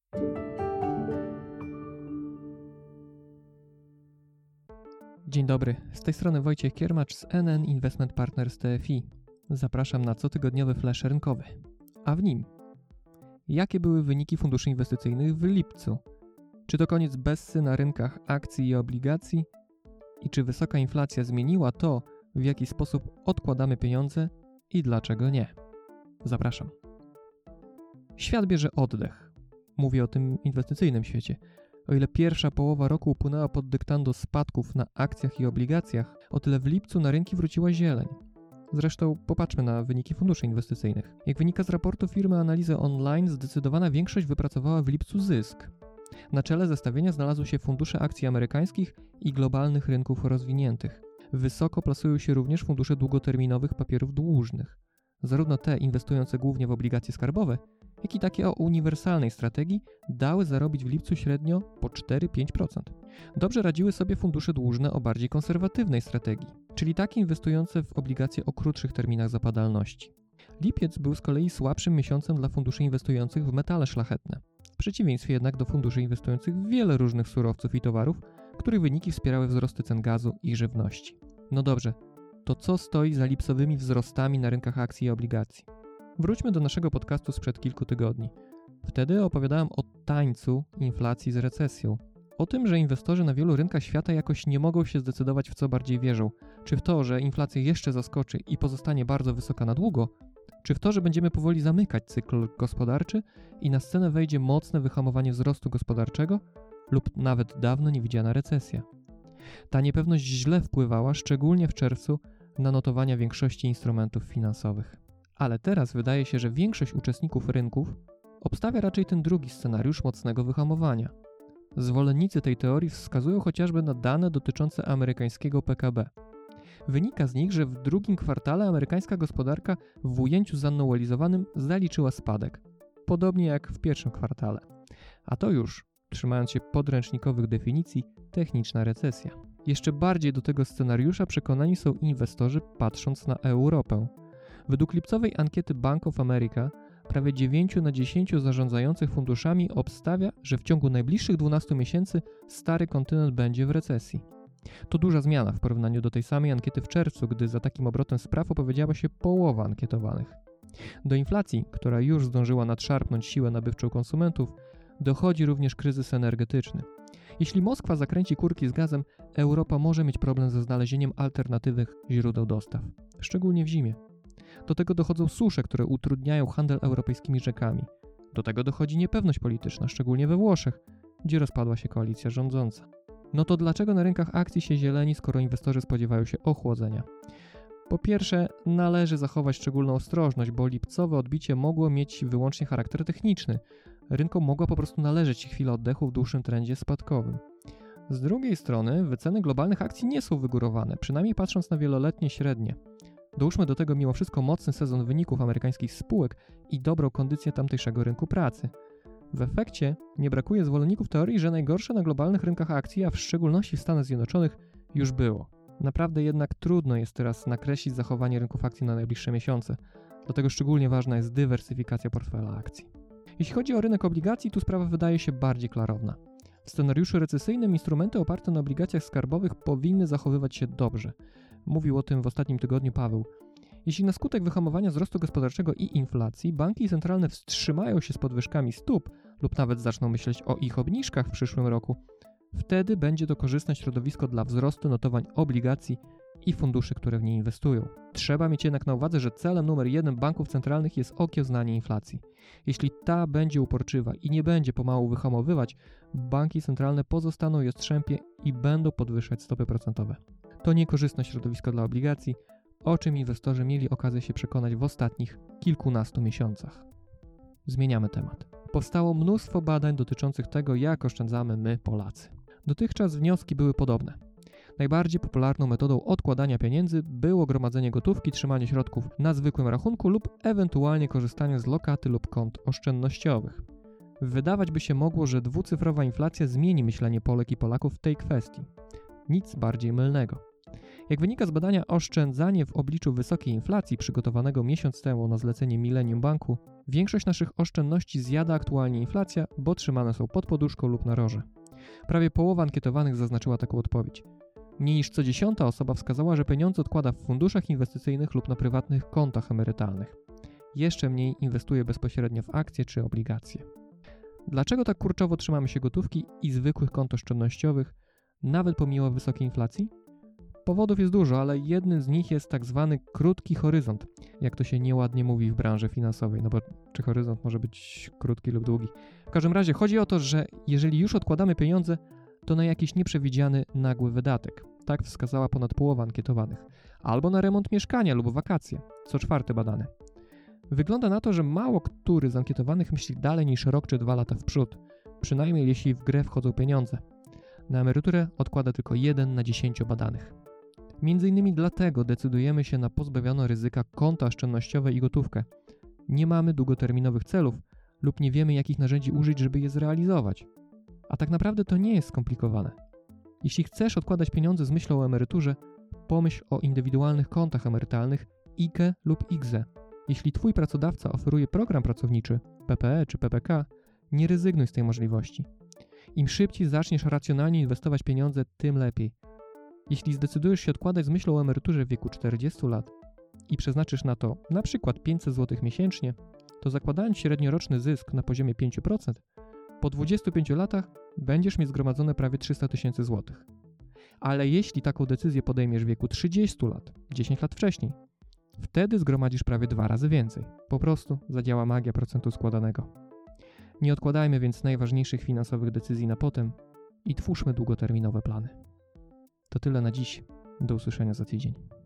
Dzień dobry, z tej strony Wojciech Kiermacz z NN Investment Partners TFI. Zapraszam na cotygodniowy flash rynkowy. A w nim, jakie były wyniki funduszy inwestycyjnych w lipcu? Czy to koniec bessy na rynkach akcji i obligacji? I czy wysoka inflacja zmieniła to, w jaki sposób odkładamy pieniądze i dlaczego nie? Zapraszam. Świat bierze oddech. Mówię o tym inwestycyjnym świecie. O ile pierwsza połowa roku upłynęła pod dyktando spadków na akcjach i obligacjach, o tyle w lipcu na rynki wróciła zieleń. Zresztą popatrzmy na wyniki funduszy inwestycyjnych. Jak wynika z raportu firmy Analizy Online, zdecydowana większość wypracowała w lipcu zysk. Na czele zestawienia znalazły się fundusze akcji amerykańskich i globalnych rynków rozwiniętych. Wysoko plasują się również fundusze długoterminowych papierów dłużnych. Zarówno te inwestujące głównie w obligacje skarbowe, jak i takie o uniwersalnej strategii dały zarobić w lipcu średnio po 4-5%. Dobrze radziły sobie fundusze dłużne o bardziej konserwatywnej strategii, czyli takie inwestujące w obligacje o krótszych terminach zapadalności. Lipiec był z kolei słabszym miesiącem dla funduszy inwestujących w metale szlachetne, w przeciwieństwie jednak do funduszy inwestujących w wiele różnych surowców i towarów, których wyniki wspierały wzrosty cen gazu i żywności. No dobrze, to co stoi za lipcowymi wzrostami na rynkach akcji i obligacji? Wróćmy do naszego podcastu sprzed kilku tygodni. Wtedy opowiadałem o tańcu inflacji z recesją. O tym, że inwestorzy na wielu rynkach świata jakoś nie mogą się zdecydować, w co bardziej wierzą. Czy w to, że inflacja jeszcze zaskoczy i pozostanie bardzo wysoka na długo, czy w to, że będziemy powoli zamykać cykl gospodarczy i na scenę wejdzie mocne wyhamowanie wzrostu gospodarczego lub nawet dawno niewidziana recesja. Ta niepewność źle wpływała, szczególnie w czerwcu, na notowania większości instrumentów finansowych. Ale teraz wydaje się, że większość uczestników rynków obstawia raczej ten drugi scenariusz mocnego wyhamowania. Zwolennicy tej teorii wskazują chociażby na dane dotyczące amerykańskiego PKB. Wynika z nich, że w drugim kwartale amerykańska gospodarka w ujęciu zanualizowanym zaliczyła spadek, podobnie jak w pierwszym kwartale. A to już, trzymając się podręcznikowych definicji, techniczna recesja. Jeszcze bardziej do tego scenariusza przekonani są inwestorzy, patrząc na Europę. Według lipcowej ankiety Bank of America prawie 9 na 10 zarządzających funduszami obstawia, że w ciągu najbliższych 12 miesięcy stary kontynent będzie w recesji. To duża zmiana w porównaniu do tej samej ankiety w czerwcu, gdy za takim obrotem spraw opowiedziała się połowa ankietowanych. Do inflacji, która już zdążyła nadszarpnąć siłę nabywczą konsumentów, dochodzi również kryzys energetyczny. Jeśli Moskwa zakręci kurki z gazem, Europa może mieć problem ze znalezieniem alternatywnych źródeł dostaw, szczególnie w zimie. Do tego dochodzą susze, które utrudniają handel europejskimi rzekami. Do tego dochodzi niepewność polityczna, szczególnie we Włoszech, gdzie rozpadła się koalicja rządząca. No to dlaczego na rynkach akcji się zieleni, skoro inwestorzy spodziewają się ochłodzenia? Po pierwsze, należy zachować szczególną ostrożność, bo lipcowe odbicie mogło mieć wyłącznie charakter techniczny. Rynkom mogła po prostu należeć chwila oddechu w dłuższym trendzie spadkowym. Z drugiej strony, wyceny globalnych akcji nie są wygórowane, przynajmniej patrząc na wieloletnie średnie. Dołóżmy do tego mimo wszystko mocny sezon wyników amerykańskich spółek i dobrą kondycję tamtejszego rynku pracy. W efekcie nie brakuje zwolenników teorii, że najgorsze na globalnych rynkach akcji, a w szczególności w Stanach Zjednoczonych, już było. Naprawdę jednak trudno jest teraz nakreślić zachowanie rynków akcji na najbliższe miesiące, dlatego szczególnie ważna jest dywersyfikacja portfela akcji. Jeśli chodzi o rynek obligacji, tu sprawa wydaje się bardziej klarowna. W scenariuszu recesyjnym instrumenty oparte na obligacjach skarbowych powinny zachowywać się dobrze. Mówił o tym w ostatnim tygodniu Paweł. Jeśli na skutek wyhamowania wzrostu gospodarczego i inflacji banki centralne wstrzymają się z podwyżkami stóp lub nawet zaczną myśleć o ich obniżkach w przyszłym roku, wtedy będzie to korzystne środowisko dla wzrostu notowań obligacji i funduszy, które w nie inwestują. Trzeba mieć jednak na uwadze, że celem numer 1 banków centralnych jest okiełznanie inflacji. Jeśli ta będzie uporczywa i nie będzie pomału wyhamowywać, banki centralne pozostaną jastrzębie i będą podwyższać stopy procentowe. To niekorzystne środowisko dla obligacji, o czym inwestorzy mieli okazję się przekonać w ostatnich kilkunastu miesiącach. Zmieniamy temat. Powstało mnóstwo badań dotyczących tego, jak oszczędzamy my, Polacy. Dotychczas wnioski były podobne. Najbardziej popularną metodą odkładania pieniędzy było gromadzenie gotówki, trzymanie środków na zwykłym rachunku lub ewentualnie korzystanie z lokaty lub kont oszczędnościowych. Wydawać by się mogło, że dwucyfrowa inflacja zmieni myślenie Polek i Polaków w tej kwestii. Nic bardziej mylnego. Jak wynika z badania Oszczędzanie w obliczu wysokiej inflacji przygotowanego miesiąc temu na zlecenie Millennium Banku, większość naszych oszczędności zjada aktualnie inflacja, bo trzymane są pod poduszką lub na roże. Prawie połowa ankietowanych zaznaczyła taką odpowiedź. Mniej niż co 10. osoba wskazała, że pieniądze odkłada w funduszach inwestycyjnych lub na prywatnych kontach emerytalnych. Jeszcze mniej inwestuje bezpośrednio w akcje czy obligacje. Dlaczego tak kurczowo trzymamy się gotówki i zwykłych kont oszczędnościowych, nawet pomimo wysokiej inflacji? Powodów jest dużo, ale jednym z nich jest tak zwany krótki horyzont, jak to się nieładnie mówi w branży finansowej, no bo czy horyzont może być krótki lub długi. W każdym razie chodzi o to, że jeżeli już odkładamy pieniądze, to na jakiś nieprzewidziany, nagły wydatek. Tak wskazała ponad połowa ankietowanych. Albo na remont mieszkania lub wakacje, co 4. badany. Wygląda na to, że mało który z ankietowanych myśli dalej niż rok czy 2 lata w przód, przynajmniej jeśli w grę wchodzą pieniądze. Na emeryturę odkłada tylko 1 na 10 badanych. Między innymi dlatego decydujemy się na pozbawiono ryzyka konta oszczędnościowe i gotówkę. Nie mamy długoterminowych celów lub nie wiemy, jakich narzędzi użyć, żeby je zrealizować. A tak naprawdę to nie jest skomplikowane. Jeśli chcesz odkładać pieniądze z myślą o emeryturze, pomyśl o indywidualnych kontach emerytalnych IKE lub IGZE. Jeśli Twój pracodawca oferuje program pracowniczy, PPE czy PPK, nie rezygnuj z tej możliwości. Im szybciej zaczniesz racjonalnie inwestować pieniądze, tym lepiej. Jeśli zdecydujesz się odkładać z myślą o emeryturze w wieku 40 lat i przeznaczysz na to na przykład 500 zł miesięcznie, to zakładając średnioroczny zysk na poziomie 5%, po 25 latach będziesz mieć zgromadzone prawie 300 000 złotych. Ale jeśli taką decyzję podejmiesz w wieku 30 lat, 10 lat wcześniej, wtedy zgromadzisz prawie 2 razy więcej. Po prostu zadziała magia procentu składanego. Nie odkładajmy więc najważniejszych finansowych decyzji na potem i twórzmy długoterminowe plany. To tyle na dziś. Do usłyszenia za tydzień.